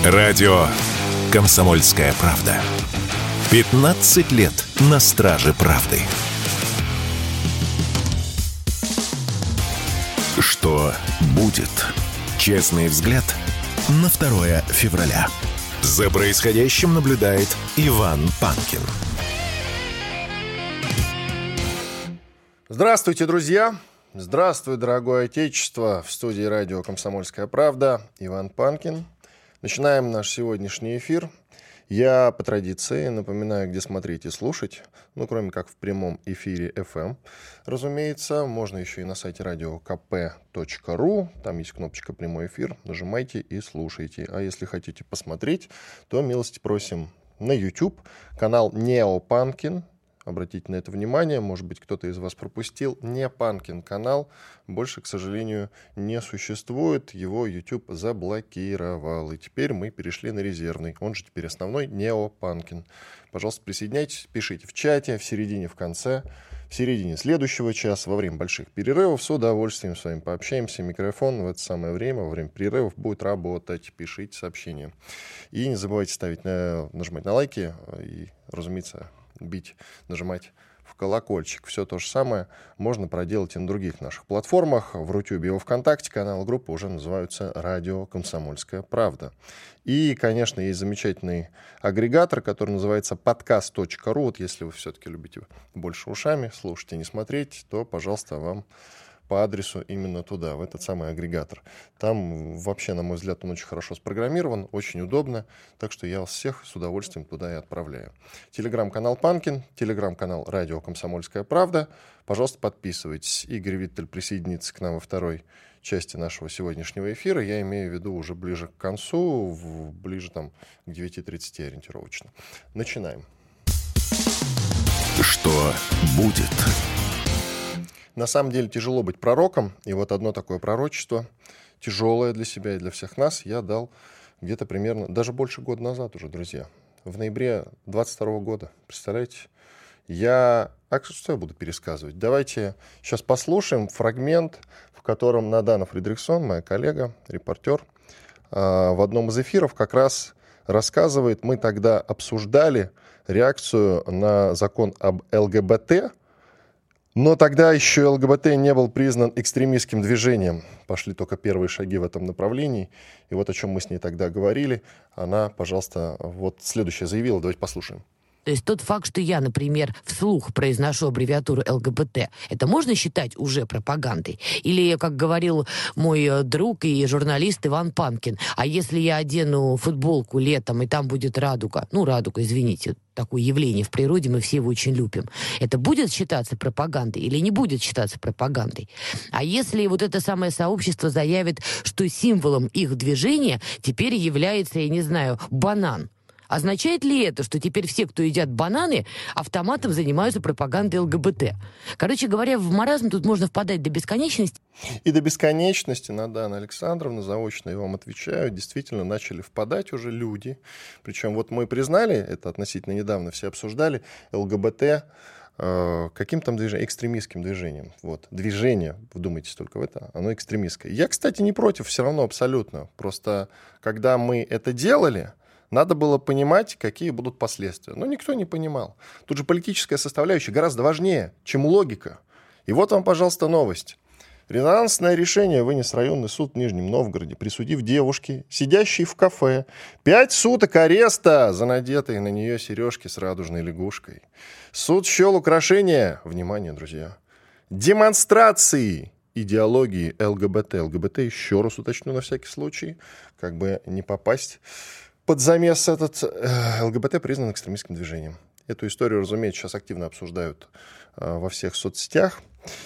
Радио «Комсомольская правда». 15 лет на страже правды. Что будет? Честный взгляд на 2 февраля. За происходящим наблюдает Иван Панкин. Здравствуйте, друзья! Здравствуй, дорогое отечество! В студии радио «Комсомольская правда» Иван Панкин. Начинаем наш сегодняшний эфир. Я по традиции напоминаю, где смотреть и слушать. Кроме как в прямом эфире FM. Разумеется, можно еще и на сайте radiokp.ru. Там есть кнопочка «Прямой эфир». Нажимайте и слушайте. А если хотите посмотреть, то милости просим на YouTube. Канал Неопанкин. Обратите на это внимание, может быть, кто-то из вас пропустил. Не Панкин канал больше, к сожалению, не существует. Его YouTube заблокировал. И теперь мы перешли на резервный. Он же теперь основной, Нео Панкин. Пожалуйста, присоединяйтесь, пишите в чате, в середине, в конце, в середине следующего часа, во время больших перерывов. С удовольствием с вами пообщаемся. Микрофон в это самое время, во время перерывов, будет работать. Пишите сообщения. И не забывайте нажимать на лайки и, разумеется, нажимать в колокольчик. Все то же самое можно проделать и на других наших платформах. В Рутюбе и во Вконтакте каналы группы уже называются «Радио Комсомольская правда». И, конечно, есть замечательный агрегатор, который называется podcast.ru. Вот если вы все-таки любите больше ушами слушать и не смотреть, то, пожалуйста, вам по адресу именно туда, в этот самый агрегатор. Там вообще, на мой взгляд, он очень хорошо спрограммирован, очень удобно, так что я вас всех с удовольствием туда и отправляю. Телеграм-канал Панкин, телеграм-канал Радио «Комсомольская правда». Пожалуйста, подписывайтесь. Игорь Виттель присоединится к нам во второй части нашего сегодняшнего эфира. Я имею в виду уже ближе к концу, ближе к 9:30 ориентировочно. Начинаем. Что будет? На самом деле тяжело быть пророком, и вот одно такое пророчество, тяжелое для себя и для всех нас, я дал где-то примерно, даже больше года назад уже, друзья, в ноябре 22 года, представляете? Что я буду пересказывать? Давайте сейчас послушаем фрагмент, в котором Надана Фридрихсон, моя коллега, репортер, в одном из эфиров как раз рассказывает, мы тогда обсуждали реакцию на закон об ЛГБТ, но тогда еще ЛГБТ не был признан экстремистским движением. Пошли только первые шаги в этом направлении. И вот о чем мы с ней тогда говорили. Она, пожалуйста, вот следующее заявила. Давайте послушаем. То есть тот факт, что я, например, вслух произношу аббревиатуру ЛГБТ, это можно считать уже пропагандой? Или, как говорил мой друг и журналист Иван Панкин, а если я одену футболку летом, и там будет радуга, радуга, извините, такое явление в природе, мы все его очень любим, это будет считаться пропагандой или не будет считаться пропагандой? А если вот это самое сообщество заявит, что символом их движения теперь является, я не знаю, банан, означает ли это, что теперь все, кто едят бананы, автоматом занимаются пропагандой ЛГБТ? Короче говоря, в маразм тут можно впадать до бесконечности. И до бесконечности, Надана Александровна, заочно я вам отвечаю, действительно начали впадать уже люди. Причем вот мы признали, это относительно недавно все обсуждали, ЛГБТ каким там движением? Экстремистским движением. Вот. Движение, вдумайтесь только в это, оно экстремистское. Я, кстати, не против, все равно абсолютно. Просто когда мы это делали, надо было понимать, какие будут последствия. Но никто не понимал. Тут же политическая составляющая гораздо важнее, чем логика. И вот вам, пожалуйста, новость. Резонансное решение вынес районный суд в Нижнем Новгороде, присудив девушке, сидящей в кафе, 5 суток ареста за надетые на нее сережки с радужной лягушкой. Суд счел украшение, внимание, друзья, демонстрации идеологии ЛГБТ. ЛГБТ, еще раз уточню на всякий случай, как бы не попасть под замес этот. ЛГБТ признан экстремистским движением. Эту историю, разумеется, сейчас активно обсуждают во всех соцсетях.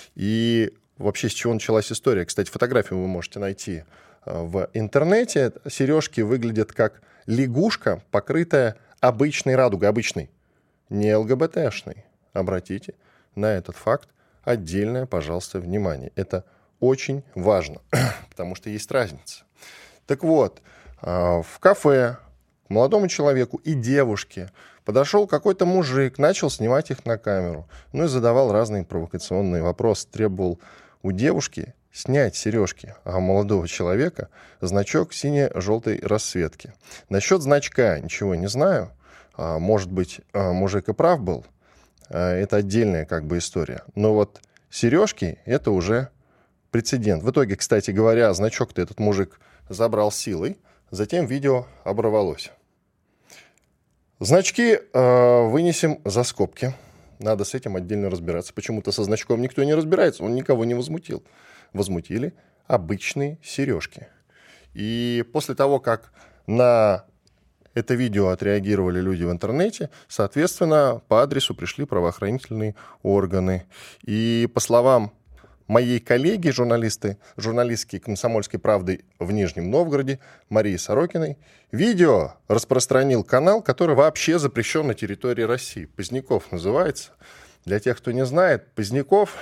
И вообще, с чего началась история? Кстати, фотографию вы можете найти в интернете. Сережки выглядят как лягушка, покрытая обычной радугой. Обычной, не ЛГБТшной. Обратите на этот факт отдельное, пожалуйста, внимание. Это очень важно, потому что есть разница. Так вот, в кафе молодому человеку и девушке подошел какой-то мужик, начал снимать их на камеру, и задавал разные провокационные вопросы, требовал у девушки снять сережки у молодого человека значок сине-желтой расцветки. Насчет значка ничего не знаю. Может быть, мужик и прав был. Это отдельная как бы история. Но вот сережки — это уже прецедент. В итоге, кстати говоря, значок-то этот мужик забрал силой. Затем видео оборвалось. Значки вынесем за скобки. Надо с этим отдельно разбираться. Почему-то со значком никто не разбирается. Он никого не возмутил. Возмутили обычные сережки. И после того, как на это видео отреагировали люди в интернете, соответственно, по адресу пришли правоохранительные органы. И по словам моей коллеги, журналистки «Комсомольской правды» в Нижнем Новгороде, Марии Сорокиной, видео распространил канал, который вообще запрещен на территории России. Поздняков называется. Для тех, кто не знает, Поздняков,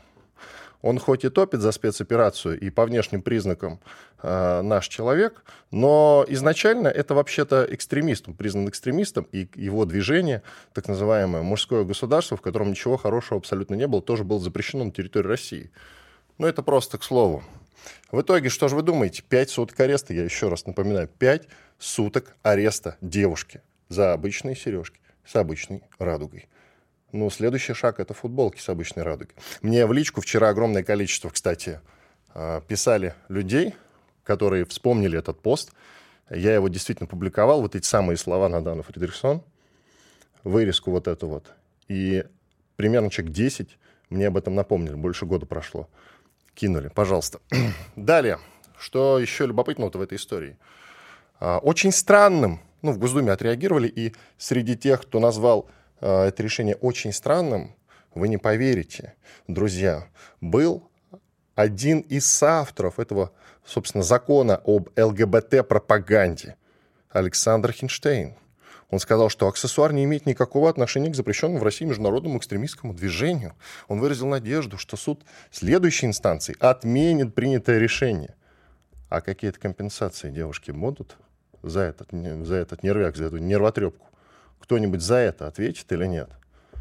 он хоть и топит за спецоперацию и по внешним признакам наш человек, но изначально это вообще-то экстремист. Он признан экстремистом, и его движение, так называемое мужское государство, в котором ничего хорошего абсолютно не было, тоже было запрещено на территории России. Но это просто к слову. В итоге, что же вы думаете? 5 суток ареста, я еще раз напоминаю, 5 суток ареста девушки за обычные сережки с обычной радугой. Ну, следующий шаг — это футболки с обычной радугой. Мне в личку вчера огромное количество, кстати, писали людей, которые вспомнили этот пост. Я его действительно публиковал, вот эти самые слова Надана Фридрихсон, вырезку вот эту вот. И примерно человек 10 мне об этом напомнили, больше года прошло. Кинули, пожалуйста. Далее, что еще любопытного-то в этой истории? Очень странным, в Госдуме отреагировали, и среди тех, кто назвал это решение очень странным, вы не поверите, друзья, был один из соавторов этого, собственно, закона об ЛГБТ-пропаганде, Александр Хинштейн. Он сказал, что аксессуар не имеет никакого отношения к запрещенному в России международному экстремистскому движению. Он выразил надежду, что суд следующей инстанции отменит принятое решение. А какие-то компенсации девушки будут за этот нервяк, за эту нервотрепку? Кто-нибудь за это ответит или нет?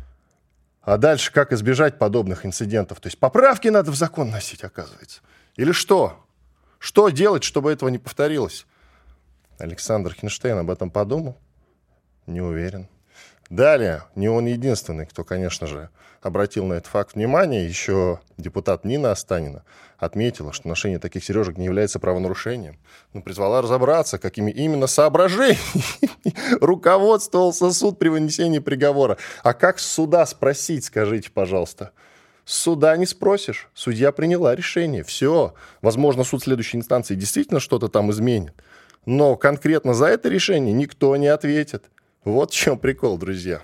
А дальше как избежать подобных инцидентов? То есть поправки надо в закон носить, оказывается. Или что? Что делать, чтобы этого не повторилось? Александр Хинштейн об этом подумал? Не уверен. Далее, не он единственный, кто, конечно же, обратил на этот факт внимание. Еще депутат Нина Останина отметила, что ношение таких сережек не является правонарушением. Но призвала разобраться, какими именно соображениями руководствовался суд при вынесении приговора. А как с суда спросить, скажите, пожалуйста? С суда не спросишь. Судья приняла решение. Все. Возможно, суд следующей инстанции действительно что-то там изменит. Но конкретно за это решение никто не ответит. Вот в чем прикол, друзья.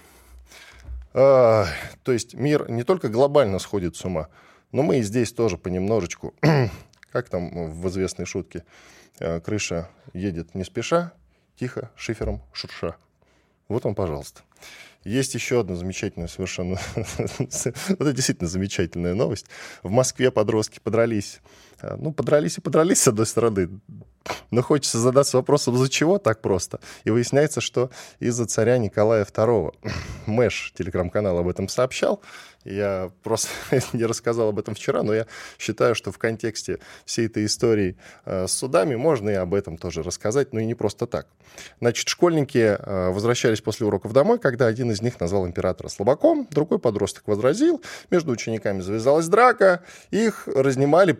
То есть мир не только глобально сходит с ума, но мы и здесь тоже понемножечку, как там в известной шутке, крыша едет не спеша, тихо, шифером шурша. Вот вам, пожалуйста. Есть еще одна замечательная совершенно, это действительно замечательная новость. В Москве подростки подрались. Подрались и подрались, с одной стороны. Но хочется задаться вопросом, за чего так просто. И выясняется, что из-за царя Николая II. Мэш, телеграм-канал, об этом сообщал. Я просто не рассказал об этом вчера, но я считаю, что в контексте всей этой истории с судами можно и об этом тоже рассказать, но и не просто так. Значит, школьники возвращались после уроков домой, когда один из них назвал императора слабаком, другой подросток возразил, между учениками завязалась драка, их разнимали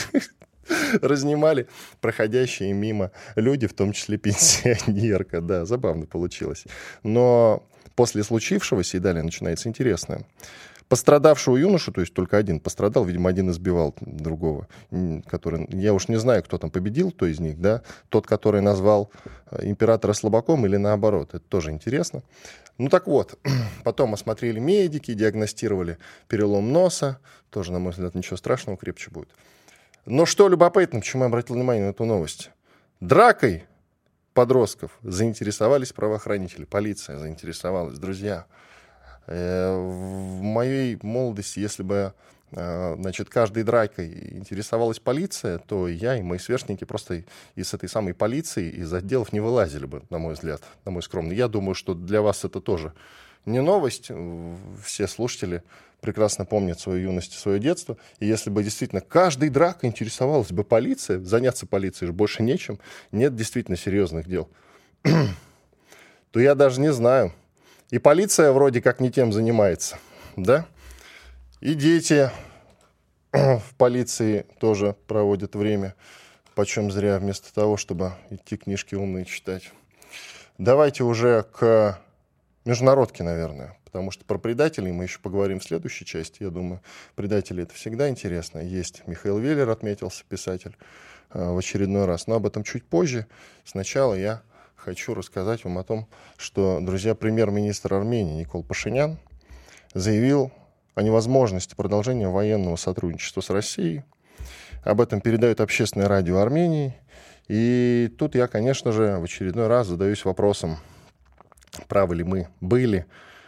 проходящие мимо люди, в том числе пенсионерка. Да, забавно получилось. Но после случившегося, и далее начинается интересное. Пострадавшего юношу, то есть только один пострадал, видимо, один избивал другого, который, я уж не знаю, кто там победил, кто из них, да, тот, который назвал императора слабаком или наоборот, это тоже интересно. Так вот, потом осмотрели медики, диагностировали перелом носа, тоже, на мой взгляд, ничего страшного, крепче будет. Но что любопытно, почему я обратил внимание на эту новость? Дракой подростков заинтересовались правоохранители, полиция заинтересовалась, друзья. В моей молодости, если бы значит, каждой дракой интересовалась полиция, то я и мои сверстники просто из этой самой полиции, из отделов не вылазили бы, на мой взгляд, на мой скромный. Я думаю, что для вас это тоже не новость. Все слушатели прекрасно помнят свою юность и свое детство. И если бы действительно каждой дракой интересовалась бы полиция, заняться полицией же больше нечем, нет действительно серьезных дел, то я даже не знаю. И полиция вроде как не тем занимается, да? И дети в полиции тоже проводят время, почем зря, вместо того, чтобы идти книжки умные читать. Давайте уже к международке, наверное, потому что про предателей мы еще поговорим в следующей части. Я думаю, предатели — это всегда интересно. Есть Михаил Веллер, отметился, писатель, в очередной раз, но об этом чуть позже. Сначала я хочу рассказать вам о том, что, друзья, премьер-министр Армении Никол Пашинян заявил о невозможности продолжения военного сотрудничества с Россией. Об этом передает Общественное радио Армении. И тут я, конечно же, в очередной раз задаюсь вопросом, правы ли мы были,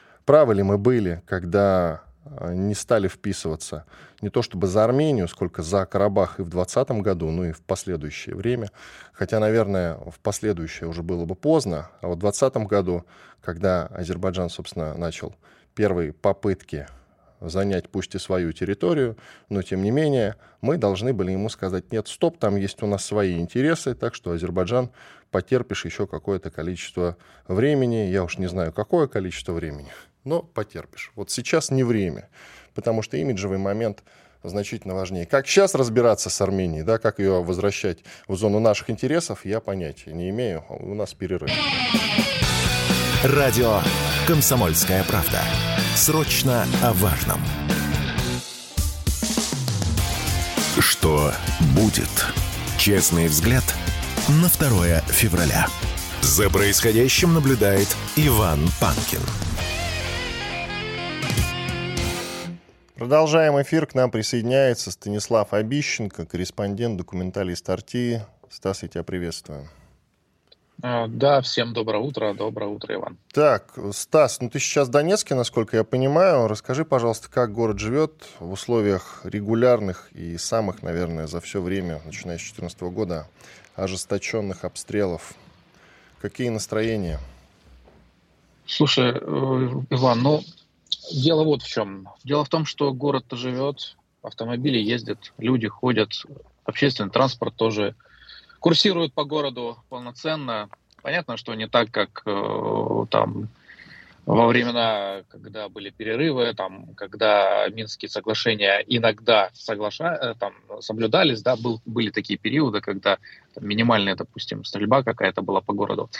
когда не стали вписываться не то чтобы за Армению, сколько за Карабах и в 2020 году, ну и в последующее время. Хотя, наверное, в последующее уже было бы поздно. А вот в 2020 году, когда Азербайджан, собственно, начал первые попытки занять пусть и свою территорию, но тем не менее мы должны были ему сказать: нет, стоп, там есть у нас свои интересы, так что, Азербайджан, потерпишь еще какое-то количество времени, я уж не знаю, какое количество времени, но потерпишь. Вот сейчас не время, потому что имиджевый момент значительно важнее. Как сейчас разбираться с Арменией, да, как ее возвращать в зону наших интересов, я понятия не имею, у нас перерыв. Радио «Комсомольская правда». Срочно о важном. Что будет? Честный взгляд на 2 февраля. За происходящим наблюдает Иван Панкин. Продолжаем эфир. К нам присоединяется Станислав Обищенко, корреспондент, документалист «Арти». Стас, я тебя приветствую. Да, всем доброе утро, Иван. Так, Стас, ну ты сейчас в Донецке, насколько я понимаю. Расскажи, пожалуйста, как город живет в условиях регулярных и самых, наверное, за все время, начиная с 2014 года, ожесточенных обстрелов. Какие настроения? Слушай, Иван, ну, дело вот в чем. Дело в том, что город-то живет, автомобили ездят, люди ходят, общественный транспорт тоже курсирует по городу полноценно. Понятно, что не так, как там во времена, когда были перерывы, там, когда Минские соглашения иногда соблюдались, да, были такие периоды, когда там, минимальная, допустим, стрельба какая-то была по городу.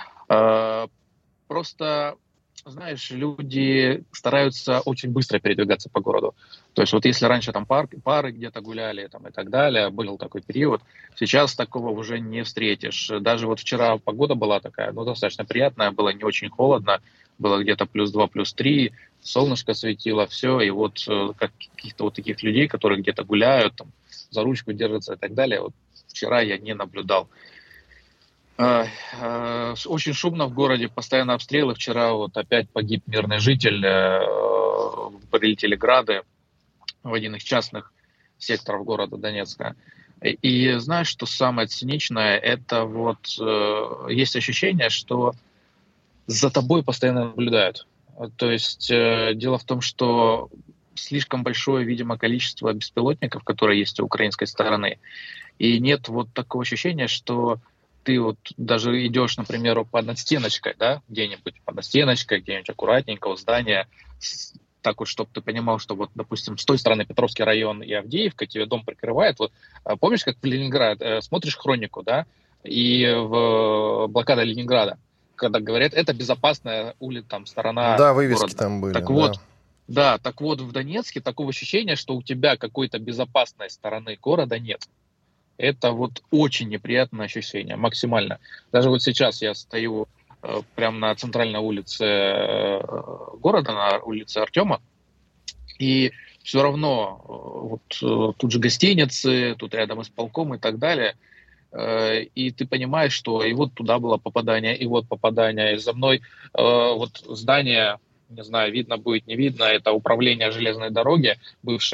Просто, знаешь, люди стараются очень быстро передвигаться по городу. То есть вот если раньше там пары где-то гуляли там, и так далее, был такой период, сейчас такого уже не встретишь. Даже вот вчера погода была такая, ну, достаточно приятная, было не очень холодно, было где-то +2, +3, солнышко светило, все, и вот каких-то вот таких людей, которые где-то гуляют, там, за ручку держатся и так далее, вот вчера я не наблюдал. Очень шумно в городе, постоянно обстрелы. Вчера вот опять погиб мирный житель, прилетели грады в один из частных секторов города Донецка. И знаешь, что самое циничное, это вот есть ощущение, что за тобой постоянно наблюдают. То есть дело в том, что слишком большое, видимо, количество беспилотников, которые есть у украинской стороны. И нет вот такого ощущения, что ты вот даже идешь, например, под настеночкой, да, где-нибудь под настеночкой, где-нибудь аккуратненько у здания, так вот, чтобы ты понимал, что вот, допустим, с той стороны Петровский район и Авдеевка, тебе дом прикрывает. Вот помнишь, как в Ленинград смотришь хронику, да, и в блокада Ленинграда, когда говорят, это безопасная улица, там, сторона да, вывески города. Там были. Так вот, да, так вот в Донецке такого ощущения, что у тебя какой-то безопасной стороны города нет. Это вот очень неприятное ощущение, максимально. Даже вот сейчас я стою прямо на центральной улице города, на улице Артема, и все равно вот тут же гостиницы, тут рядом исполком и так далее, и ты понимаешь, что и вот туда было попадание, и вот попадание, и за мной вот здание, не знаю, видно будет, не видно, это управление железной дороги бывшее,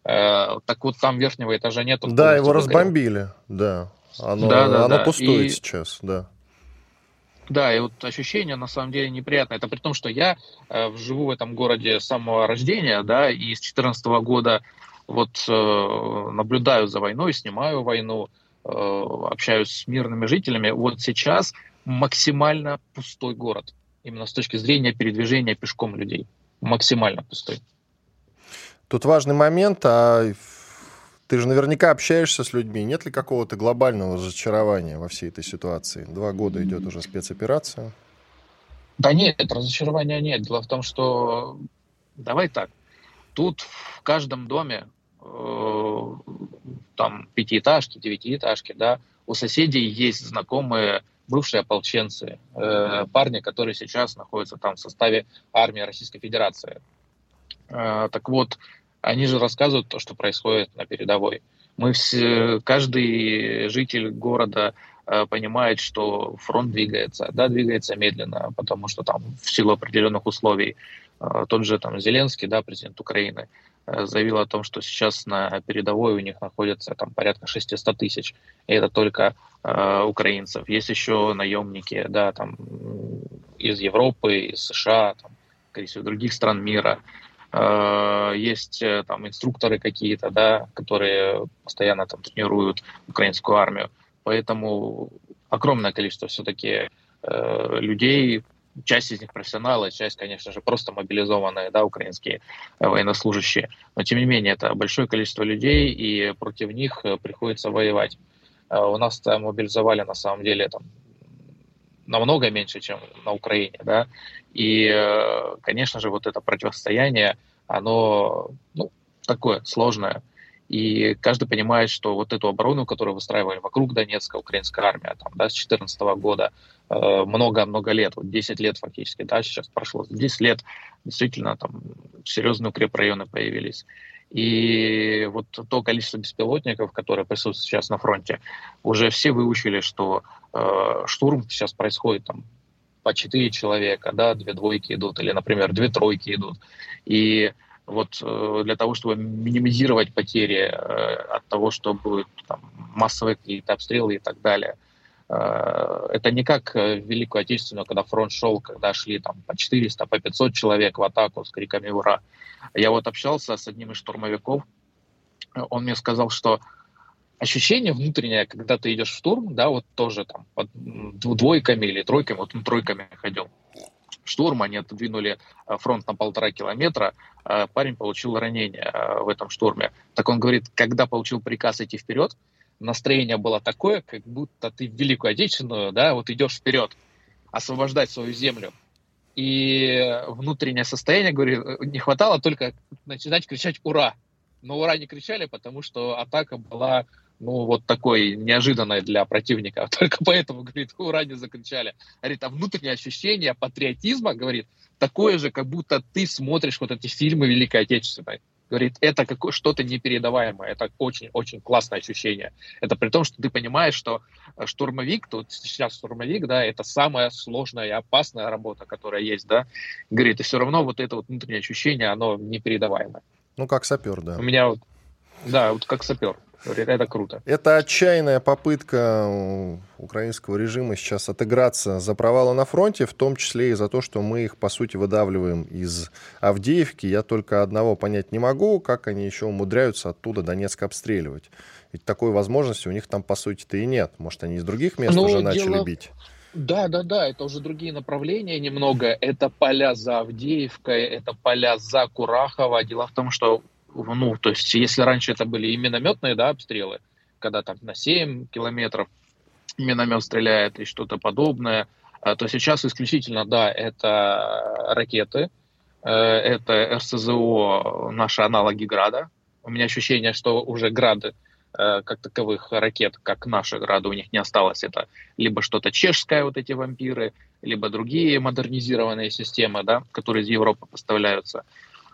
Так вот там верхнего этажа нет. Да, его разбомбили, да. Оно пустует сейчас, да. Да, и вот ощущение на самом деле неприятное. Это при том, что я живу в этом городе с самого рождения, да, и с 2014 года вот наблюдаю за войной, снимаю войну, общаюсь с мирными жителями. Вот сейчас максимально пустой город. Именно с точки зрения передвижения пешком людей. Максимально пустой. Тут важный момент, ты же наверняка общаешься с людьми. Нет ли какого-то глобального разочарования во всей этой ситуации? 2 года идет уже спецоперация. Да нет, разочарования нет. Дело в том, что... Давай так. Тут в каждом доме, там, 5-этажки, 9-этажки, да, у соседей есть знакомые бывшие ополченцы, парни, которые сейчас находятся там в составе армии Российской Федерации. Так вот, они же рассказывают то, что происходит на передовой. Каждый житель города понимает, что фронт двигается, да, двигается медленно, потому что там в силу определенных условий тот же там Зеленский, да, президент Украины, заявил о том, что сейчас на передовой у них находится там порядка 600 тысяч, и это только украинцев. Есть еще наемники, да, там из Европы, из США, там, скорее всего, других стран мира. Есть там инструкторы какие-то, да, которые постоянно там тренируют украинскую армию. Поэтому огромное количество все-таки людей, часть из них профессионалы, часть, конечно же, просто мобилизованные, да, украинские военнослужащие. Но, тем не менее, это большое количество людей, и против них приходится воевать. У нас мобилизовали, на самом деле, там, намного меньше, чем на Украине, да, и, конечно же, вот это противостояние, оно, такое сложное, и каждый понимает, что вот эту оборону, которую выстраивали вокруг Донецка, украинская армия, там, да, с 2014 года, много-много лет, вот 10 лет фактически, да, сейчас прошло 10 лет, действительно, там, серьезные укрепрайоны появились. И вот то количество беспилотников, которые присутствуют сейчас на фронте, уже все выучили, что штурм сейчас происходит там по 4 человека, да, 2 двойки идут, или, например, 2 тройки идут. И вот для того, чтобы минимизировать потери от того, что будут там массовые какие-то обстрелы и так далее, это не как в Великую Отечественную, когда фронт шел, когда шли там по 400, по 500 человек в атаку с криками «Ура!». Я вот общался с одним из штурмовиков, он мне сказал, что ощущение внутреннее, когда ты идешь в штурм, да, вот тоже там под двойками или тройками, вот он тройками ходил. Штурм, они отодвинули фронт на 1,5 километра, парень получил ранение в этом штурме. Так он говорит, когда получил приказ идти вперед, настроение было такое, как будто ты в Великую Отечественную, да, вот идешь вперед, освобождать свою землю. И внутреннее состояние, говорит, не хватало только начинать кричать «Ура!». Но «Ура!» не кричали, потому что атака была, вот такой неожиданной для противника. Только поэтому, говорит, «Ура!» не закричали. Говорит, а внутреннее ощущение патриотизма, говорит, такое же, как будто ты смотришь вот эти фильмы Великой Отечественной. Говорит, это что-то непередаваемое, это очень-очень классное ощущение. Это при том, что ты понимаешь, что штурмовик, тут сейчас штурмовик, да, это самая сложная и опасная работа, которая есть, да. Говорит, и все равно вот это вот внутреннее ощущение, оно непередаваемое. Как сапер, да. У меня вот, да, вот как сапер. Говорит, это круто. Это отчаянная попытка украинского режима сейчас отыграться за провалы на фронте, в том числе и за то, что мы их, по сути, выдавливаем из Авдеевки. Я только одного понять не могу, как они еще умудряются оттуда Донецк обстреливать. Ведь такой возможности у них там, по сути-то, и нет. Может, они из других мест уже начали бить? Да, это уже другие направления немного. Это поля за Авдеевкой, это поля за Курахово. Дело в том, что то есть, если раньше это были и минометные, да, обстрелы, когда там на 7 километров миномет стреляет и что-то подобное, то сейчас исключительно, да, это ракеты, это РСЗО, наши аналоги Града. У меня ощущение, что уже Грады, как таковых ракет, как наши Грады, у них не осталось. Это либо что-то чешское, вот эти вампиры, либо другие модернизированные системы, да, которые из Европы поставляются.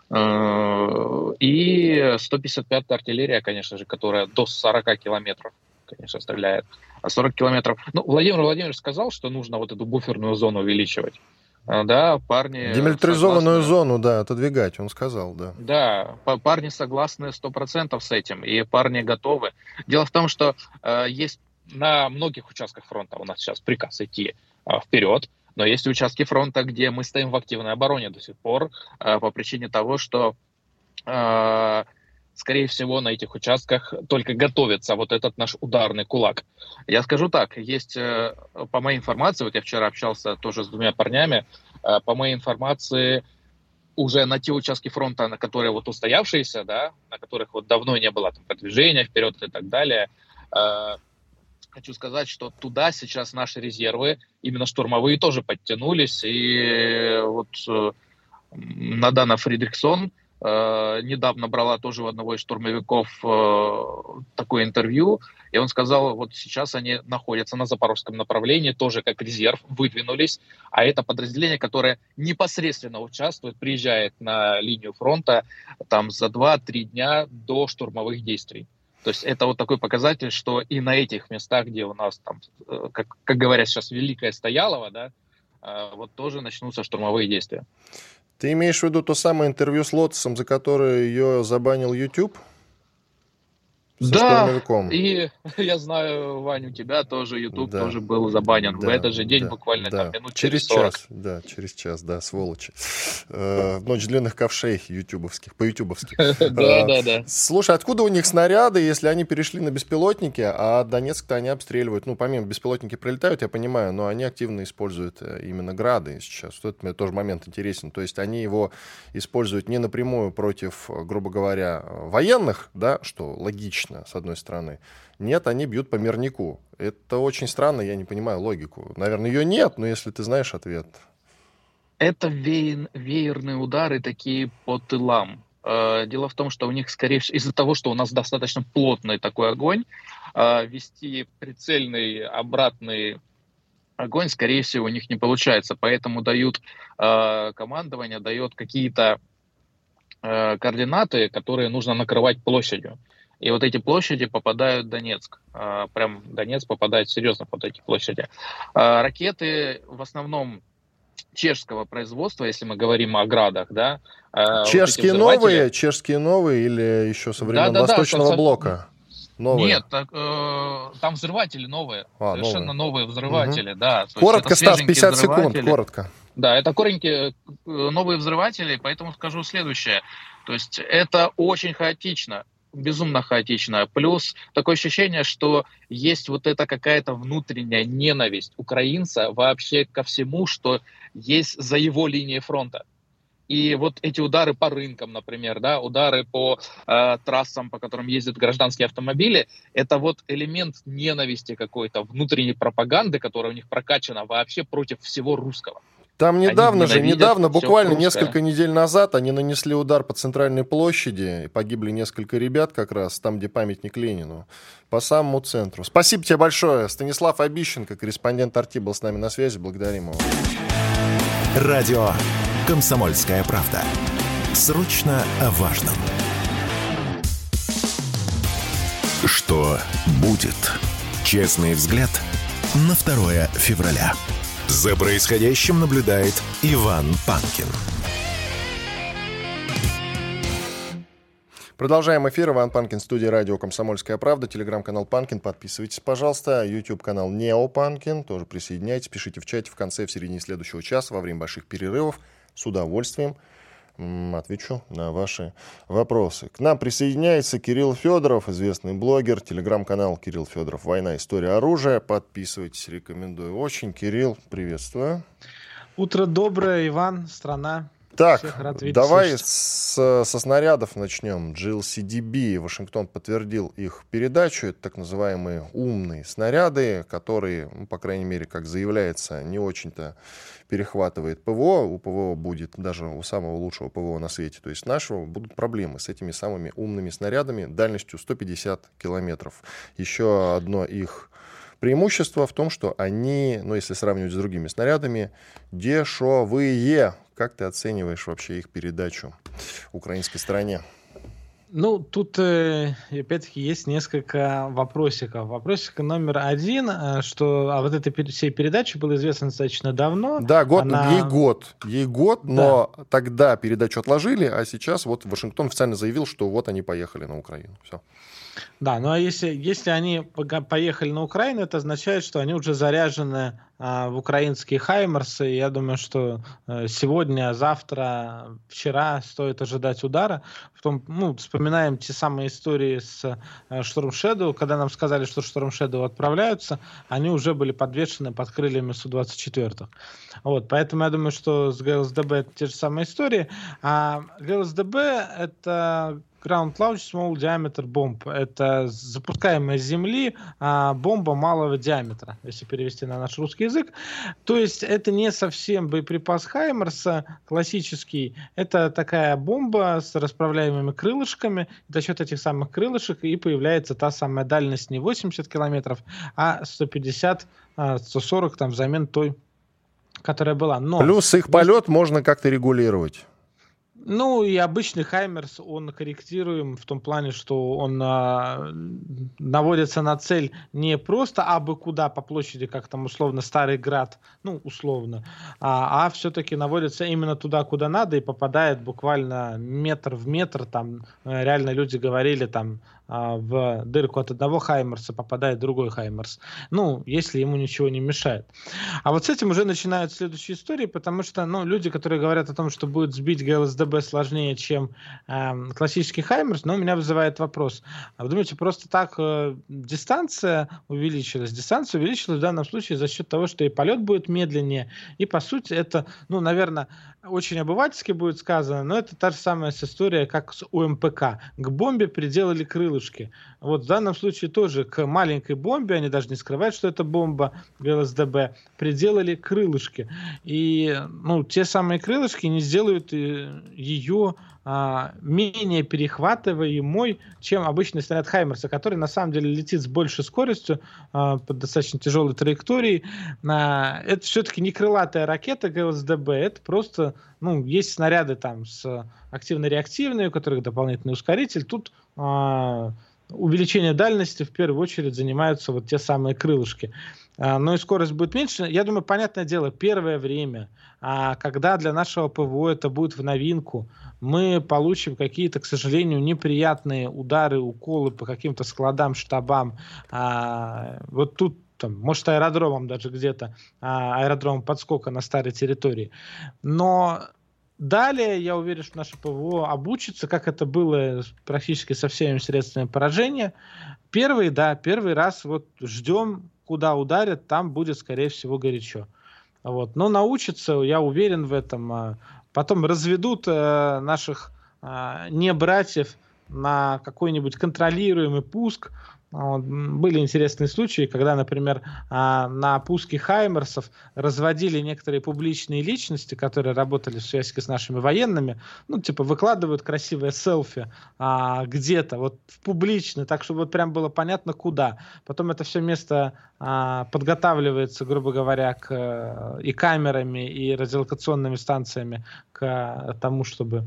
И 155-я артиллерия, конечно же, которая до 40 километров, конечно, стреляет. А 40 километров... Владимир Владимирович сказал, что нужно вот эту буферную зону увеличивать. Да, парни Демилитаризованную согласны. зону, да, отодвигать, он сказал, да. Да, парни согласны 100% с этим, и парни готовы. Дело в том, что есть на многих участках фронта у нас сейчас приказ идти вперед, но есть участки фронта, где мы стоим в активной обороне до сих пор по причине того, что, скорее всего, на этих участках только готовится вот этот наш ударный кулак. Я скажу так, есть, по моей информации, вот я вчера общался тоже с двумя парнями, по моей информации, уже на те участки фронта, на которые вот устоявшиеся, да, на которых вот давно не было там продвижения вперед и так далее, хочу сказать, что туда сейчас наши резервы, именно штурмовые, тоже подтянулись. И вот Надана Фридрихсон недавно брала тоже у одного из штурмовиков такое интервью, и он сказал, вот сейчас они находятся на запорожском направлении, тоже как резерв, выдвинулись, а это подразделение, которое непосредственно участвует, приезжает на линию фронта там за 2-3 дня до штурмовых действий. То есть это вот такой показатель, что и на этих местах, где у нас там, как говорят сейчас, Великая Стоялова, да, вот тоже начнутся штурмовые действия. Ты имеешь в виду то самое интервью с Лотосом, за которое ее забанил YouTube? Со штурмовиком. И я знаю, Вань, у тебя тоже YouTube тоже был забанен. В этот же день, буквально там минут через 40. Через час, сволочи. Ночь длинных ковшей ютубовских, по-ютубовски. Да. Слушай, откуда у них снаряды, если они перешли на беспилотники, а Донецк-то они обстреливают? Ну, помимо беспилотники прилетают, я понимаю, но они активно используют именно грады сейчас. Вот мне тоже момент интересен. То есть они его используют не напрямую против, грубо говоря, военных, да, что логично, с одной стороны. Нет, они бьют по мирнику. Это очень странно, я не понимаю логику. Наверное, ее нет, но если ты знаешь ответ. Это веерные удары такие по тылам. Дело в том, что у них, скорее всего, из-за того, что у нас достаточно плотный такой огонь, вести прицельный обратный огонь, скорее всего, у них не получается. Поэтому дают командование, дает какие-то координаты, которые нужно накрывать площадью. И вот эти площади попадают в Донецк. Прям Донецк попадает серьезно под эти площади. Ракеты в основном чешского производства, если мы говорим о градах, да. Чешские новые или еще со времен Восточного блока? Новые. Нет, там взрыватели новые. Совершенно новые взрыватели, да. Коротко, Стас, 50 секунд, коротко. Да, это коренькие новые взрыватели, поэтому скажу следующее. То есть это очень хаотично. Безумно хаотично. Плюс такое ощущение, что есть вот эта какая-то внутренняя ненависть украинца вообще ко всему, что есть за его линией фронта. И вот эти удары по рынкам, например, да, удары по трассам, по которым ездят гражданские автомобили, это вот элемент ненависти какой-то, внутренней пропаганды, которая у них прокачана вообще против всего русского. Там недавно, буквально несколько недель назад, они нанесли удар по центральной площади, и погибли несколько ребят как раз, там, где памятник Ленину, по самому центру. Спасибо тебе большое. Станислав Обищенко, корреспондент Арти, был с нами на связи. Благодарим его. Радио «Комсомольская правда». Срочно о важном. Что будет? Честный взгляд на 2 февраля. За происходящим наблюдает Иван Панкин. Продолжаем эфир. Иван Панкин, студия радио «Комсомольская правда». Телеграм-канал Панкин. Подписывайтесь, пожалуйста. YouTube-канал Нео Панкин. Тоже присоединяйтесь. Пишите в чате в конце, в середине следующего часа, во время больших перерывов. С удовольствием отвечу на ваши вопросы. К нам присоединяется Кирилл Федоров, известный блогер. Телеграм-канал Кирилл Федоров «Война, история, оружие». Подписывайтесь, рекомендую очень. Кирилл, приветствую. Утро доброе, Иван, страна. Так, давай со снарядов начнем. GLCDB, Вашингтон подтвердил их передачу. Это так называемые умные снаряды, которые, по крайней мере, как заявляется, не очень-то перехватывает ПВО. У ПВО будет, даже у самого лучшего ПВО на свете, то есть нашего, будут проблемы с этими самыми умными снарядами дальностью 150 километров. Еще одно их преимущество в том, что они, если сравнивать с другими снарядами, дешевые. Как ты оцениваешь вообще их передачу украинской стороне? Ну, тут опять-таки есть несколько вопросиков. Вопросик номер один, что вот этой всей передаче было известно достаточно давно. Да, Она... ей год, но тогда передачу отложили, а сейчас вот Вашингтон официально заявил, что вот они поехали на Украину. Все. Да, ну а если они поехали на Украину, это означает, что они уже заряжены в украинские хаймерсы. Я думаю, что сегодня, завтра, вчера стоит ожидать удара. Потом, вспоминаем те самые истории с Storm Shadow, когда нам сказали, что Storm Shadow отправляются, они уже были подвешены под крыльями Су-24. Вот, поэтому я думаю, что с ГЛСДБ это те же самые истории. А ГЛСДБ это Ground Launch Small Diameter Bomb. Это запускаемая с Земли бомба малого диаметра, если перевести на наш русский язык. То есть это не совсем боеприпас Хаймерса классический. Это такая бомба с расправляемыми крылышками. За счет этих самых крылышек и появляется та самая дальность не 80 километров, а 150-140 там взамен той, которая была. Но плюс их полет можно как-то регулировать. Ну, и обычный Хаймерс, он корректируем в том плане, что он наводится на цель не просто абы куда по площади, как там условно Старый Град, условно, а все-таки наводится именно туда, куда надо, и попадает буквально метр в метр. Там реально люди говорили, там в дырку от одного Хаймерса попадает другой Хаймерс. Если ему ничего не мешает. А вот с этим уже начинают следующие истории, потому что, люди, которые говорят о том, что будет сбить ГЛСДБ сложнее, чем классический Хаймерс, но у меня вызывает вопрос. А вы думаете, просто так дистанция увеличилась? Дистанция увеличилась в данном случае за счет того, что и полет будет медленнее, и по сути это, наверное, очень обывательски будет сказано, но это та же самая история, как с УМПК. К бомбе приделали крылышки. Вот в данном случае тоже к маленькой бомбе, они даже не скрывают, что это бомба ГЛСДБ, приделали крылышки. И те самые крылышки не сделают ее менее перехватываемой, чем обычный снаряд Хаймерса, который на самом деле летит с большей скоростью, по достаточно тяжелой траектории. Это все-таки не крылатая ракета ГЛСДБ, это просто, есть снаряды там с активно-реактивной, у которых дополнительный ускоритель. Тут увеличение дальности в первую очередь занимаются вот те самые крылышки. Но и скорость будет меньше. Я думаю, понятное дело, первое время, когда для нашего ПВО это будет в новинку, мы получим какие-то, к сожалению, неприятные удары, уколы по каким-то складам, штабам. Вот тут, может, аэродромом даже где-то, аэродром подскока на старой территории. Но далее, я уверен, что наше ПВО обучится, как это было практически со всеми средствами поражения. Первый раз ждем, куда ударят, там будет, скорее всего, горячо. Вот. Но научатся, я уверен в этом. Потом разведут наших небратьев на какой-нибудь контролируемый пуск. Были интересные случаи, когда, например, на пуске Хаймерсов разводили некоторые публичные личности, которые работали в связке с нашими военными, выкладывают красивое селфи где-то, в публично, так, чтобы прям было понятно, куда. Потом это все место подготавливается, грубо говоря, и камерами, и радиолокационными станциями к тому, чтобы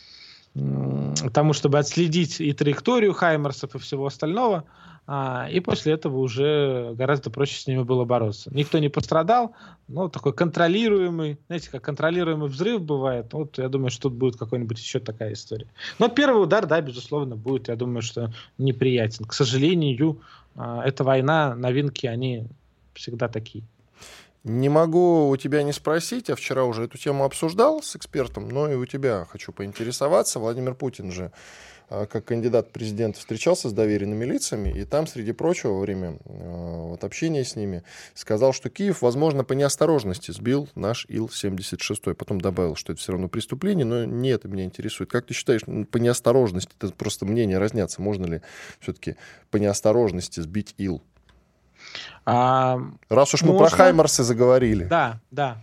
отследить и траекторию Хаймерсов, и всего остального. И после этого уже гораздо проще с ними было бороться. Никто не пострадал, но такой контролируемый, знаете, как контролируемый взрыв бывает. Вот я думаю, что тут будет какой-нибудь еще такая история. Но первый удар, да, безусловно, будет, я думаю, что неприятен. К сожалению, эта война, новинки, они всегда такие. Не могу у тебя не спросить, я вчера уже эту тему обсуждал с экспертом, но и у тебя хочу поинтересоваться. Владимир Путин же, как кандидат в президенты, встречался с доверенными лицами, и там, среди прочего, во время общения с ними, сказал, что Киев, возможно, по неосторожности сбил наш Ил-76. Потом добавил, что это все равно преступление, но не это меня интересует. Как ты считаешь, по неосторожности, это просто мнения разнятся, можно ли все-таки по неосторожности сбить Ил? Раз уж мы про Хаймерсы заговорили. Да.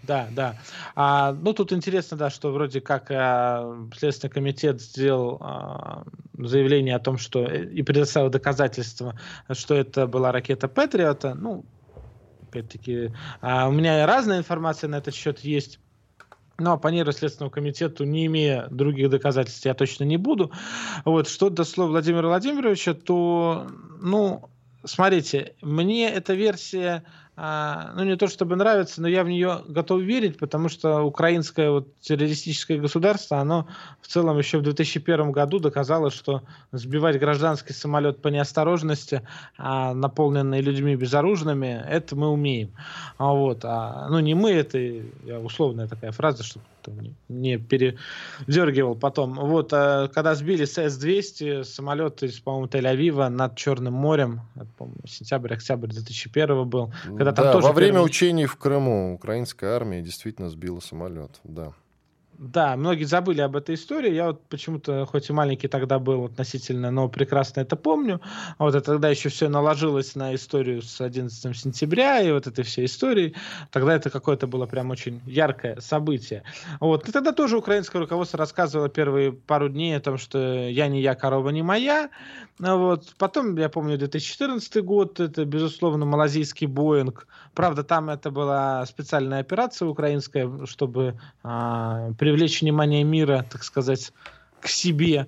Тут интересно, да, что вроде как Следственный комитет сделал заявление о том, что и предоставил доказательства, что это была ракета Патриота. Опять-таки, у меня разная информация на этот счет есть. Но оппонировать Следственному комитету, не имея других доказательств, я точно не буду. Вот, что до слов Владимира Владимировича, то, смотрите, мне эта версия, не то чтобы нравится, но я в нее готов верить, потому что украинское террористическое государство, оно в целом еще в 2001 году доказало, что сбивать гражданский самолет по неосторожности, наполненный людьми безоружными, это мы умеем. Не мы, это условная такая фраза, чтобы не передергивал потом. Когда сбили С-200, самолет из, по-моему, Тель-Авива над Черным морем, по-моему, сентябрь-октябрь 2001 был, когда там тоже во время учений в Крыму украинская армия действительно сбила самолет, да. Да, многие забыли об этой истории. Я почему-то, хоть и маленький тогда был относительно, но прекрасно это помню. И тогда еще все наложилось на историю с 11 сентября и этой всей истории. Тогда это какое-то было прям очень яркое событие. И тогда тоже украинское руководство рассказывало первые пару дней о том, что я не я, корова не моя. Потом, я помню, 2014 год, это, безусловно, малазийский Боинг. Правда, там это была специальная операция украинская, чтобы привлечь внимание мира, так сказать, к себе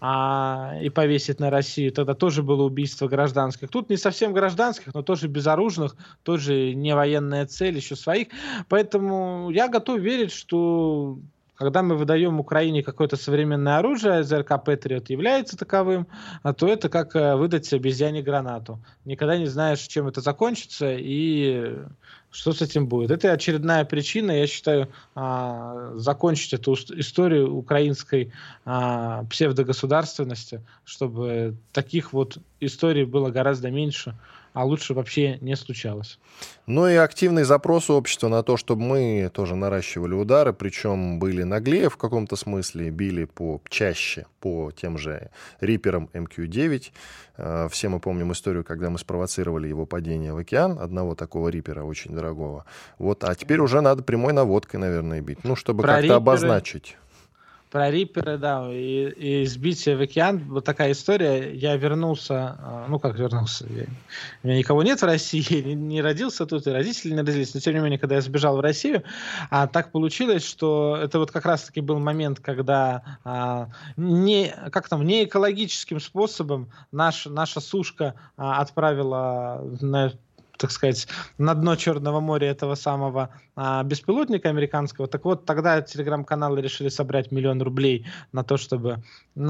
и повесить на Россию. Тогда тоже было убийство гражданских. Тут не совсем гражданских, но тоже безоружных, тоже не военная цель, еще своих. Поэтому я готов верить, что когда мы выдаем Украине какое-то современное оружие, ЗРК «Патриот» является таковым, то это как выдать обезьяне гранату. Никогда не знаешь, чем это закончится и что с этим будет. Это очередная причина, я считаю, закончить эту историю украинской псевдогосударственности, чтобы таких историй было гораздо меньше, а лучше вообще не случалось. И активный запрос общества на то, чтобы мы тоже наращивали удары, причем были наглее в каком-то смысле, били чаще по тем же Риперам МК-9. Все мы помним историю, когда мы спровоцировали его падение в океан, одного такого Рипера очень дорогого. А теперь уже надо прямой наводкой, наверное, бить, чтобы как-то обозначить. Про Риперы, да, и сбитие в океан, такая история. Я вернулся, вернулся? У меня никого нет в России, не родился тут, и родители не родились, но тем не менее, когда я сбежал в Россию, так получилось, что это как раз-таки был момент, когда не экологическим способом наша сушка отправила на дно Черного моря этого самого беспилотника американского. Тогда телеграм-каналы решили собрать $1 миллион на то, чтобы,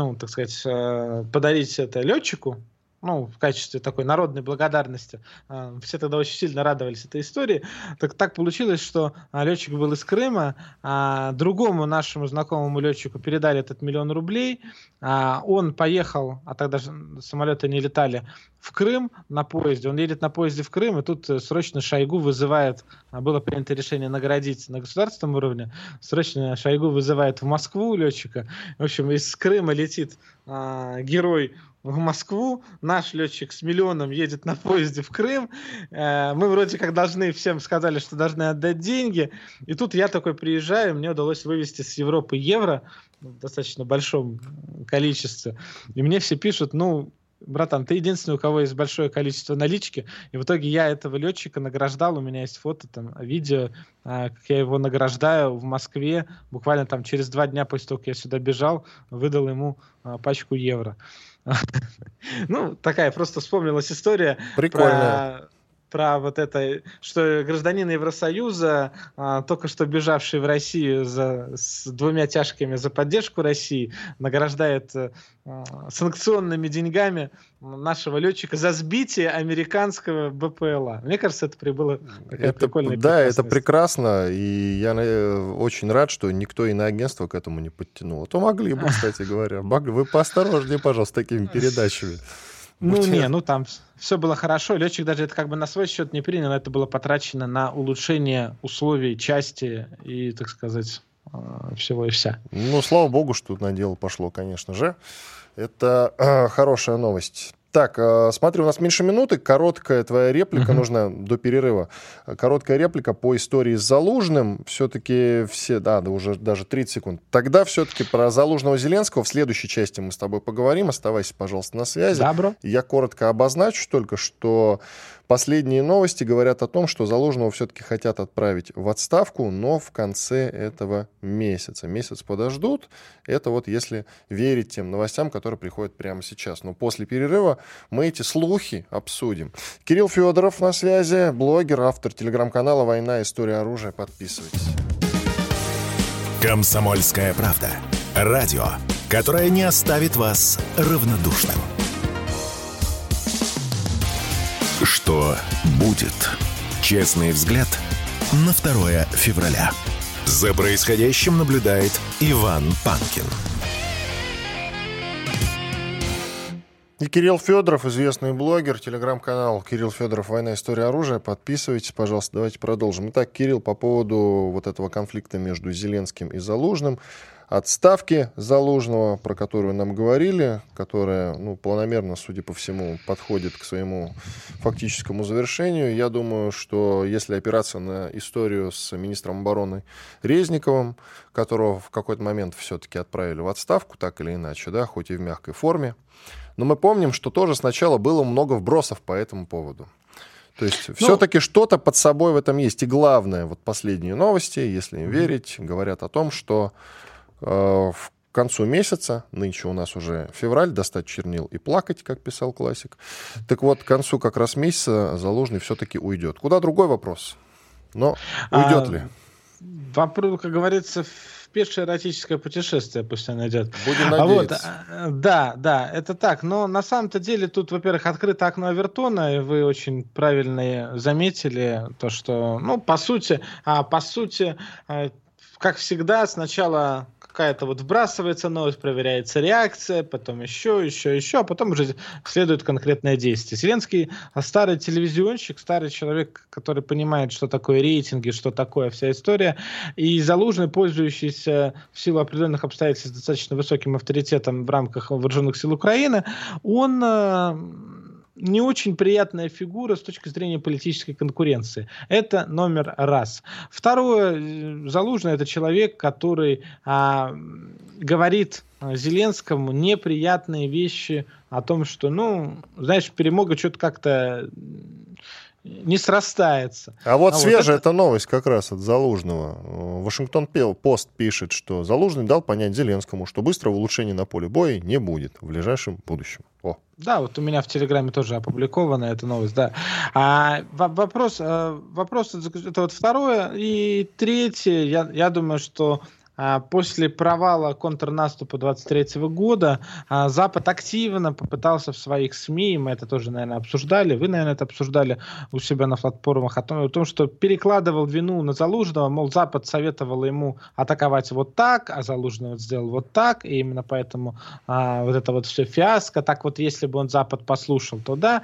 подарить это летчику, в качестве такой народной благодарности. Все тогда очень сильно радовались этой истории. Так получилось, что летчик был из Крыма, другому нашему знакомому летчику передали этот $1 миллион, он поехал, а тогда самолеты не летали, в Крым на поезде. Он едет на поезде в Крым, и тут срочно Шойгу вызывает, было принято решение наградить на государственном уровне, срочно Шойгу вызывает в Москву летчика. В общем, из Крыма летит герой в Москву, наш летчик с $1 миллионом едет на поезде в Крым, мы вроде как всем сказали, что должны отдать деньги, и тут я такой приезжаю, мне удалось вывести с Европы евро в достаточно большом количестве, и мне все пишут, братан, ты единственный, у кого есть большое количество налички, и в итоге я этого летчика награждал, у меня есть фото, видео, как я его награждаю в Москве, буквально через 2 дня после того, как я сюда бежал, выдал ему пачку евро. Такая просто вспомнилась история. Прикольно. Про это, что гражданин Евросоюза, только что бежавший в Россию с 2 тяжками за поддержку России, награждает санкционными деньгами нашего летчика за сбитие американского БПЛА. Мне кажется, это было такая прикольная. Да, это прекрасно, и я очень рад, что никто иноагентство к этому не подтянул. А то могли бы, кстати говоря. Вы поосторожнее, пожалуйста, с такими передачами. Там все было хорошо. Летчик даже это на свой счет не принял. Это было потрачено на улучшение условий части и, так сказать, всего и вся. Слава богу, что на дело пошло, конечно же. Это хорошая новость. Так, смотри, у нас меньше минуты. Короткая твоя реплика нужна до перерыва. Короткая реплика по истории с Залужным. Все-таки уже даже 30 секунд. Тогда все-таки про Залужного-Зеленского в следующей части мы с тобой поговорим. Оставайся, пожалуйста, на связи. Добро. Я коротко обозначу только, что последние новости говорят о том, что Залужного все-таки хотят отправить в отставку, но в конце этого месяца. Месяц подождут. Это вот если верить тем новостям, которые приходят прямо сейчас. Но после перерыва мы эти слухи обсудим. Кирилл Федоров на связи, блогер, автор телеграм-канала «Война. История оружия». Подписывайтесь. «Комсомольская правда». Радио, которое не оставит вас равнодушным. Что будет? Честный взгляд на 2 февраля. За происходящим наблюдает Иван Панкин. И Кирилл Федоров, известный блогер, телеграм-канал Кирилл Федоров «Война. История оружия». Подписывайтесь, пожалуйста. Давайте продолжим. Итак, Кирилл, по поводу вот этого конфликта между Зеленским и Залужным, отставки Залужного, про которую нам говорили, которая, планомерно, судя по всему, подходит к своему фактическому завершению. Я думаю, что если опираться на историю с министром обороны Резниковым, которого в какой-то момент все-таки отправили в отставку, так или иначе, да, хоть и в мягкой форме, но мы помним, что тоже сначала было много вбросов по этому поводу. То есть все-таки что-то под собой в этом есть. И главное, вот последние новости, если им верить, говорят о том, что к концу месяца, нынче у нас уже февраль, достать чернил и плакать, как писал классик. Так вот, к концу как раз месяца Залужный все-таки уйдет. Куда другой вопрос. Но уйдет ли? Вопрос, как говорится, в пешее эротическое путешествие пусть она идет. Будем надеяться. Да, это так. Но на самом-то деле тут, во-первых, открыто окно Авертона, и вы очень правильно заметили то, что, по сути, как всегда, сначала какая-то вот вбрасывается новость, проверяется реакция, потом еще, а потом уже следует конкретное действие. Зеленский старый телевизионщик, старый человек, который понимает, что такое рейтинги, что такое вся история, и Залужный, пользующийся в силу определенных обстоятельств достаточно высоким авторитетом в рамках вооруженных сил Украины, он не очень приятная фигура с точки зрения политической конкуренции. Это номер раз. Второе, Залужный — это человек, который говорит Зеленскому неприятные вещи о том, что, перемога что-то как-то не срастается. А вот свежая эта новость как раз от Залужного. Вашингтон-Пост пишет, что Залужный дал понять Зеленскому, что быстрого улучшения на поле боя не будет в ближайшем будущем. Да, вот у меня в Телеграме тоже опубликована эта новость, да. Вопрос это вот второе. И третье, я думаю, что после провала контрнаступа 23 года Запад активно попытался в своих СМИ, мы это тоже, наверное, обсуждали, вы, наверное, это обсуждали у себя на платформах, о том, что перекладывал вину на Залужного, мол, Запад советовал ему атаковать вот так, а Залужный вот сделал вот так, и именно поэтому вот это вот все фиаско. Так вот, если бы он Запад послушал, то да.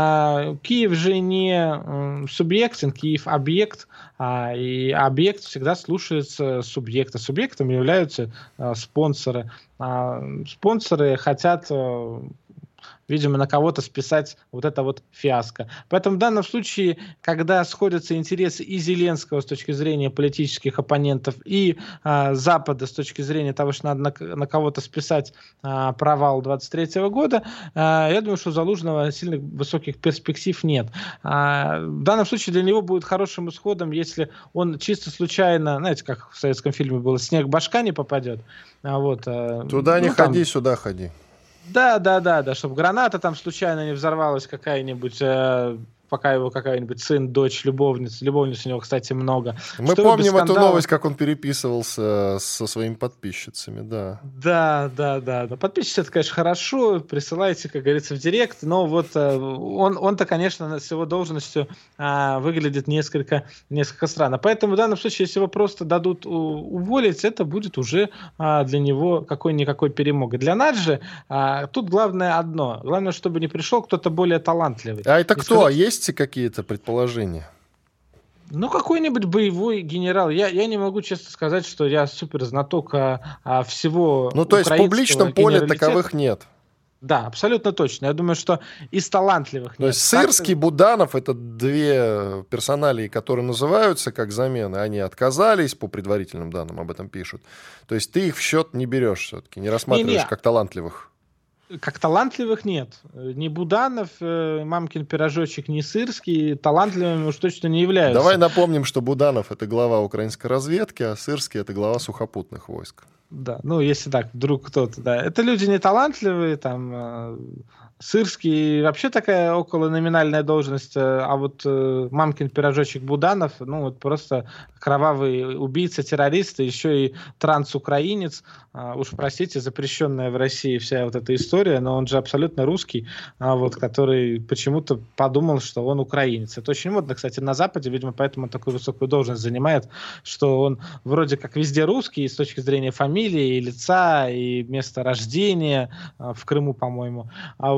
Киев же не субъектен, Киев объект, и объект всегда слушается субъекта. Субъектом являются спонсоры. Спонсоры хотят, видимо, на кого-то списать вот это вот фиаско. Поэтому в данном случае, когда сходятся интересы и Зеленского с точки зрения политических оппонентов, и Запада с точки зрения того, что надо на кого-то списать провал 23 года, я думаю, что у Залужного сильных высоких перспектив нет. В данном случае для него будет хорошим исходом, если он чисто случайно, знаете, как в советском фильме было, снег башка не попадет. Туда не ходи, сюда ходи. Да, чтобы граната там случайно не взорвалась какая-нибудь, пока его какая-нибудь сын, дочь, любовница. Любовниц у него, кстати, много. Мы помним эту новость, как он переписывался со своими подписчицами, да. Да. Подписчицы, это, конечно, хорошо, присылайте, как говорится, в директ, но вот он-то, конечно, с его должностью выглядит несколько странно. Поэтому в данном случае, если его просто дадут уволить, это будет уже для него какой-никакой перемогой. Для нас же тут главное одно. Главное, чтобы не пришел кто-то более талантливый. А это кто? Есть какие-то предположения? Какой-нибудь боевой генерал. Я не могу честно сказать, что я супер знаток всего. То есть в публичном поле таковых нет. Да, абсолютно точно. Я думаю, что из талантливых То нет. есть Сырский, Буданов — это две персоналии, которые называются как замены. Они отказались, по предварительным данным об этом пишут. То есть ты их в счет не берешь все-таки, не рассматриваешь как талантливых. Как талантливых нет. Ни Буданов, Мамкин пирожочек, ни Сырский талантливыми уж точно не являются. Давай напомним, что Буданов — это глава украинской разведки, а Сырский — это глава сухопутных войск. Да, ну если так, вдруг кто-то, да. Это люди не талантливые, там, Сырский вообще такая около номинальная должность, а вот Мамкин пирожочек Буданов, ну вот просто кровавый убийца, террорист, еще и трансукраинец, уж простите, запрещенная в России вся вот эта история, но он же абсолютно русский, вот, который почему-то подумал, что он украинец. Это очень модно, кстати, на Западе, видимо, поэтому он такую высокую должность занимает, что он вроде как везде русский с точки зрения фамилии, и лица, и места рождения, в Крыму, по-моему,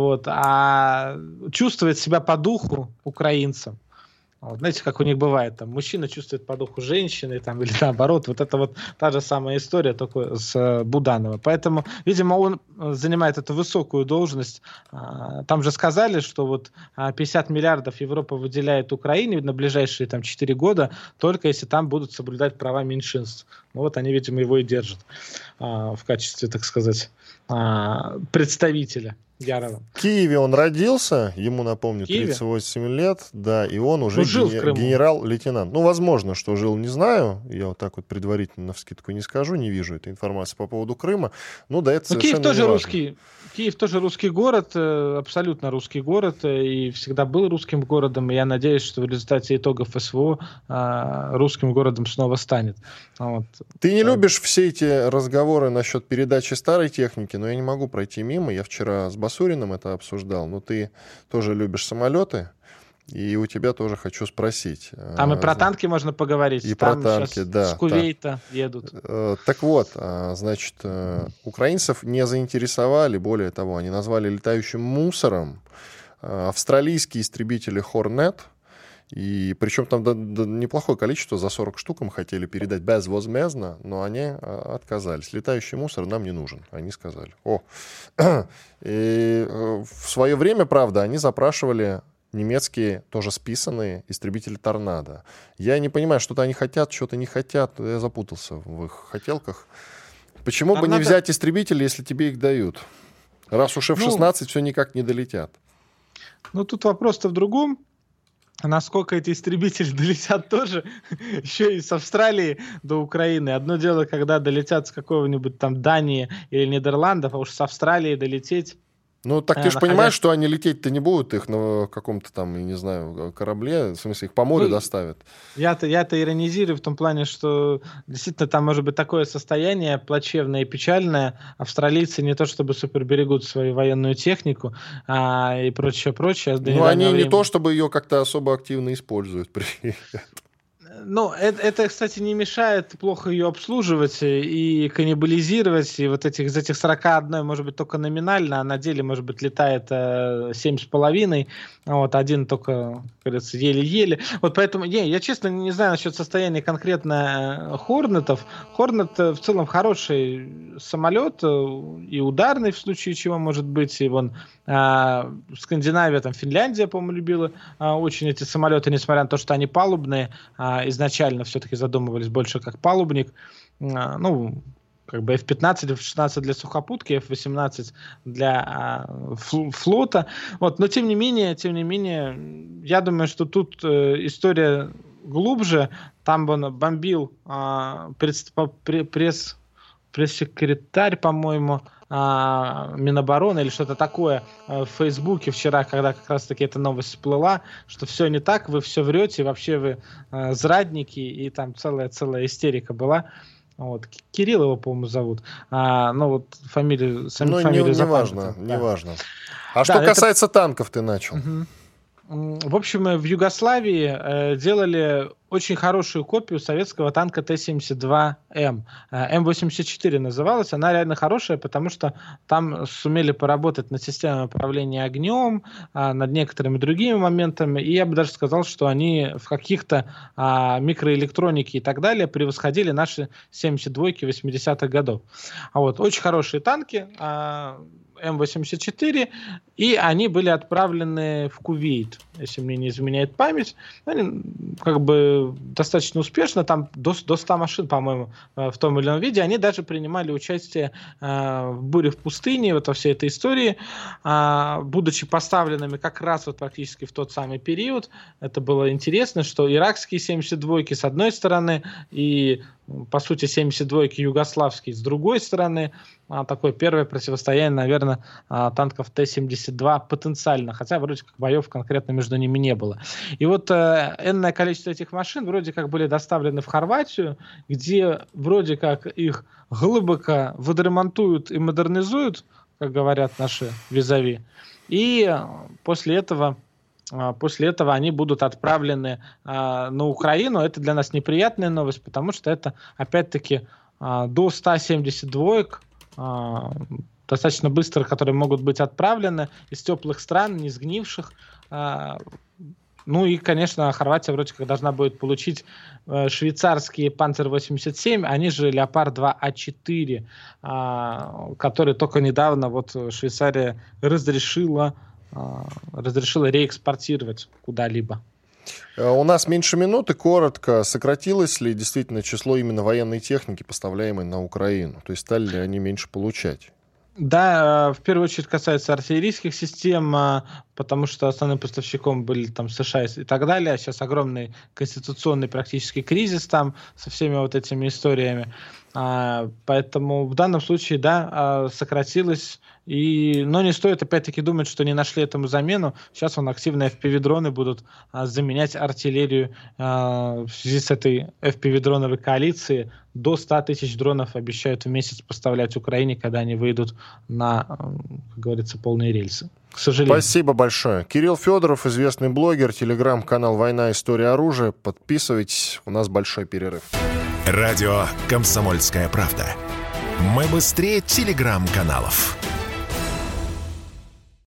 а чувствует себя по духу украинцем. Вот, знаете, как у них бывает, там, мужчина чувствует по духу женщины, там, или наоборот, вот это вот та же самая история, только с Будановым. Поэтому, видимо, он занимает эту высокую должность. Там же сказали, что вот 50 миллиардов Европа выделяет Украине на ближайшие там 4 года, только если там будут соблюдать права меньшинств. Ну, вот они, видимо, его и держат в качестве, так сказать, представителя ярого. В Киеве он родился, ему, напомню, 38 лет, да, и он уже генерал-лейтенант. Ну, возможно, что жил, не знаю, я вот так вот предварительно навскидку не скажу, не вижу этой информации по поводу Крыма, ну да, это совершенно Киев тоже не русский. Киев тоже русский город, абсолютно русский город, и всегда был русским городом, и я надеюсь, что в результате итогов СВО русским городом снова станет. Вот. Ты не любишь все эти разговоры насчет передачи старой техники, но я не могу пройти мимо, я вчера с Басуриным это обсуждал, но ты тоже любишь самолеты, и у тебя тоже хочу спросить. Там и про танки можно поговорить. И там про танки, да. С Кувейта едут. Так вот, значит, украинцев не заинтересовали, более того, они назвали летающим мусором австралийские истребители Hornet, и причем там неплохое количество, за 40 штук им хотели передать безвозмездно, но они отказались. Летающий мусор нам не нужен, они сказали. И в свое время, правда, они запрашивали немецкие, тоже списанные, истребители «Торнадо». Я не понимаю, что-то они хотят, что-то не хотят. Я запутался в их хотелках. Почему бы не взять истребители, если тебе их дают? Раз уж F-16 все никак не долетят. Ну, тут вопрос-то в другом. Насколько эти истребители долетят тоже, еще и с Австралии до Украины. Одно дело, когда долетят с какого-нибудь там Дании или Нидерландов, а уж с Австралии долететь... Ну, так ты же понимаешь, что они лететь-то не будут, их на каком-то там, я не знаю, корабле, в смысле, их по морю доставят. Я-то иронизирую в том плане, что действительно там может быть такое состояние плачевное и печальное. Австралийцы не то чтобы супер берегут свою военную технику и прочее. Ну, они не то чтобы ее как-то особо активно используют при этом. Ну, это, кстати, не мешает плохо ее обслуживать и каннибализировать. И вот из этих 41, может быть, только номинально, а на деле, может быть, летает 7,5. Вот, один только, как говорится, еле-еле. Вот поэтому, я честно не знаю насчет состояния конкретно Хорнетов. Хорнет в целом хороший самолет, и ударный в случае чего, может быть. И вон Скандинавия, там Финляндия, по-моему, любила очень эти самолеты, несмотря на то, что они палубные. Изначально все-таки задумывались больше как палубник. Ну, как бы F-15, F-16 для сухопутки, F-18 для флота. Вот. Но тем не менее, я думаю, что тут история глубже. Там он бомбил пресс-секретарь, по-моему, Минобороны или что-то такое в Фейсбуке вчера, когда как раз-таки эта новость всплыла, что все не так, вы все врете, вообще вы зрадники, и там целая истерика была. Вот. Кирилл его, по-моему, зовут. Ну вот фамилию не важно. А что касается танков, ты начал. В общем, в Югославии делали очень хорошую копию советского танка Т-72М. М-84 называлась. Она реально хорошая, потому что там сумели поработать над системой управления огнем, над некоторыми другими моментами. И я бы даже сказал, что они в каких-то микроэлектронике и так далее превосходили наши 72-ки 80-х годов. Вот. Очень хорошие танки. М-84, и они были отправлены в Кувейт, если мне не изменяет память. Они как бы достаточно успешно, там до 100 машин, по-моему, в том или ином виде. Они даже принимали участие в буре в пустыне, вот во всей этой истории, будучи поставленными как раз вот практически в тот самый период. Это было интересно, что иракские 72-ки с одной стороны и, по сути, 72-ки югославские с другой стороны. Такое первое противостояние, наверное, танков Т-72 потенциально, хотя вроде как боев конкретно между ними не было. И вот энное количество этих машин вроде как были доставлены в Хорватию, где вроде как их глубоко выдремонтуют и модернизуют, как говорят наши визави, и после этого они будут отправлены на Украину. Это для нас неприятная новость, потому что это, опять-таки, до 172-ок, достаточно быстро, которые могут быть отправлены из теплых стран, не сгнивших. Ну и, конечно, Хорватия вроде как должна будет получить швейцарские Панцер-87, они же Леопард-2А4, которые только недавно вот Швейцария разрешила реэкспортировать куда-либо. У нас меньше минуты. Коротко, сократилось ли действительно число именно военной техники, поставляемой на Украину? То есть стали ли они меньше получать? Да, в первую очередь касается артиллерийских систем, потому что основным поставщиком были там США и так далее. Сейчас огромный конституционный практически кризис там со всеми вот этими историями. Поэтому в данном случае, да, сократилось. Но не стоит опять-таки думать, что не нашли этому замену. Сейчас активно FPV-дроны будут заменять артиллерию в связи с этой FPV-дроновой коалицией. До 100 тысяч дронов обещают в месяц поставлять Украине, когда они выйдут на, как говорится, полные рельсы. К сожалению. Спасибо большое. Кирилл Федоров, известный блогер, телеграм-канал «Война. История оружия». Подписывайтесь, у нас большой перерыв. Радио «Комсомольская правда». Мы быстрее телеграм-каналов.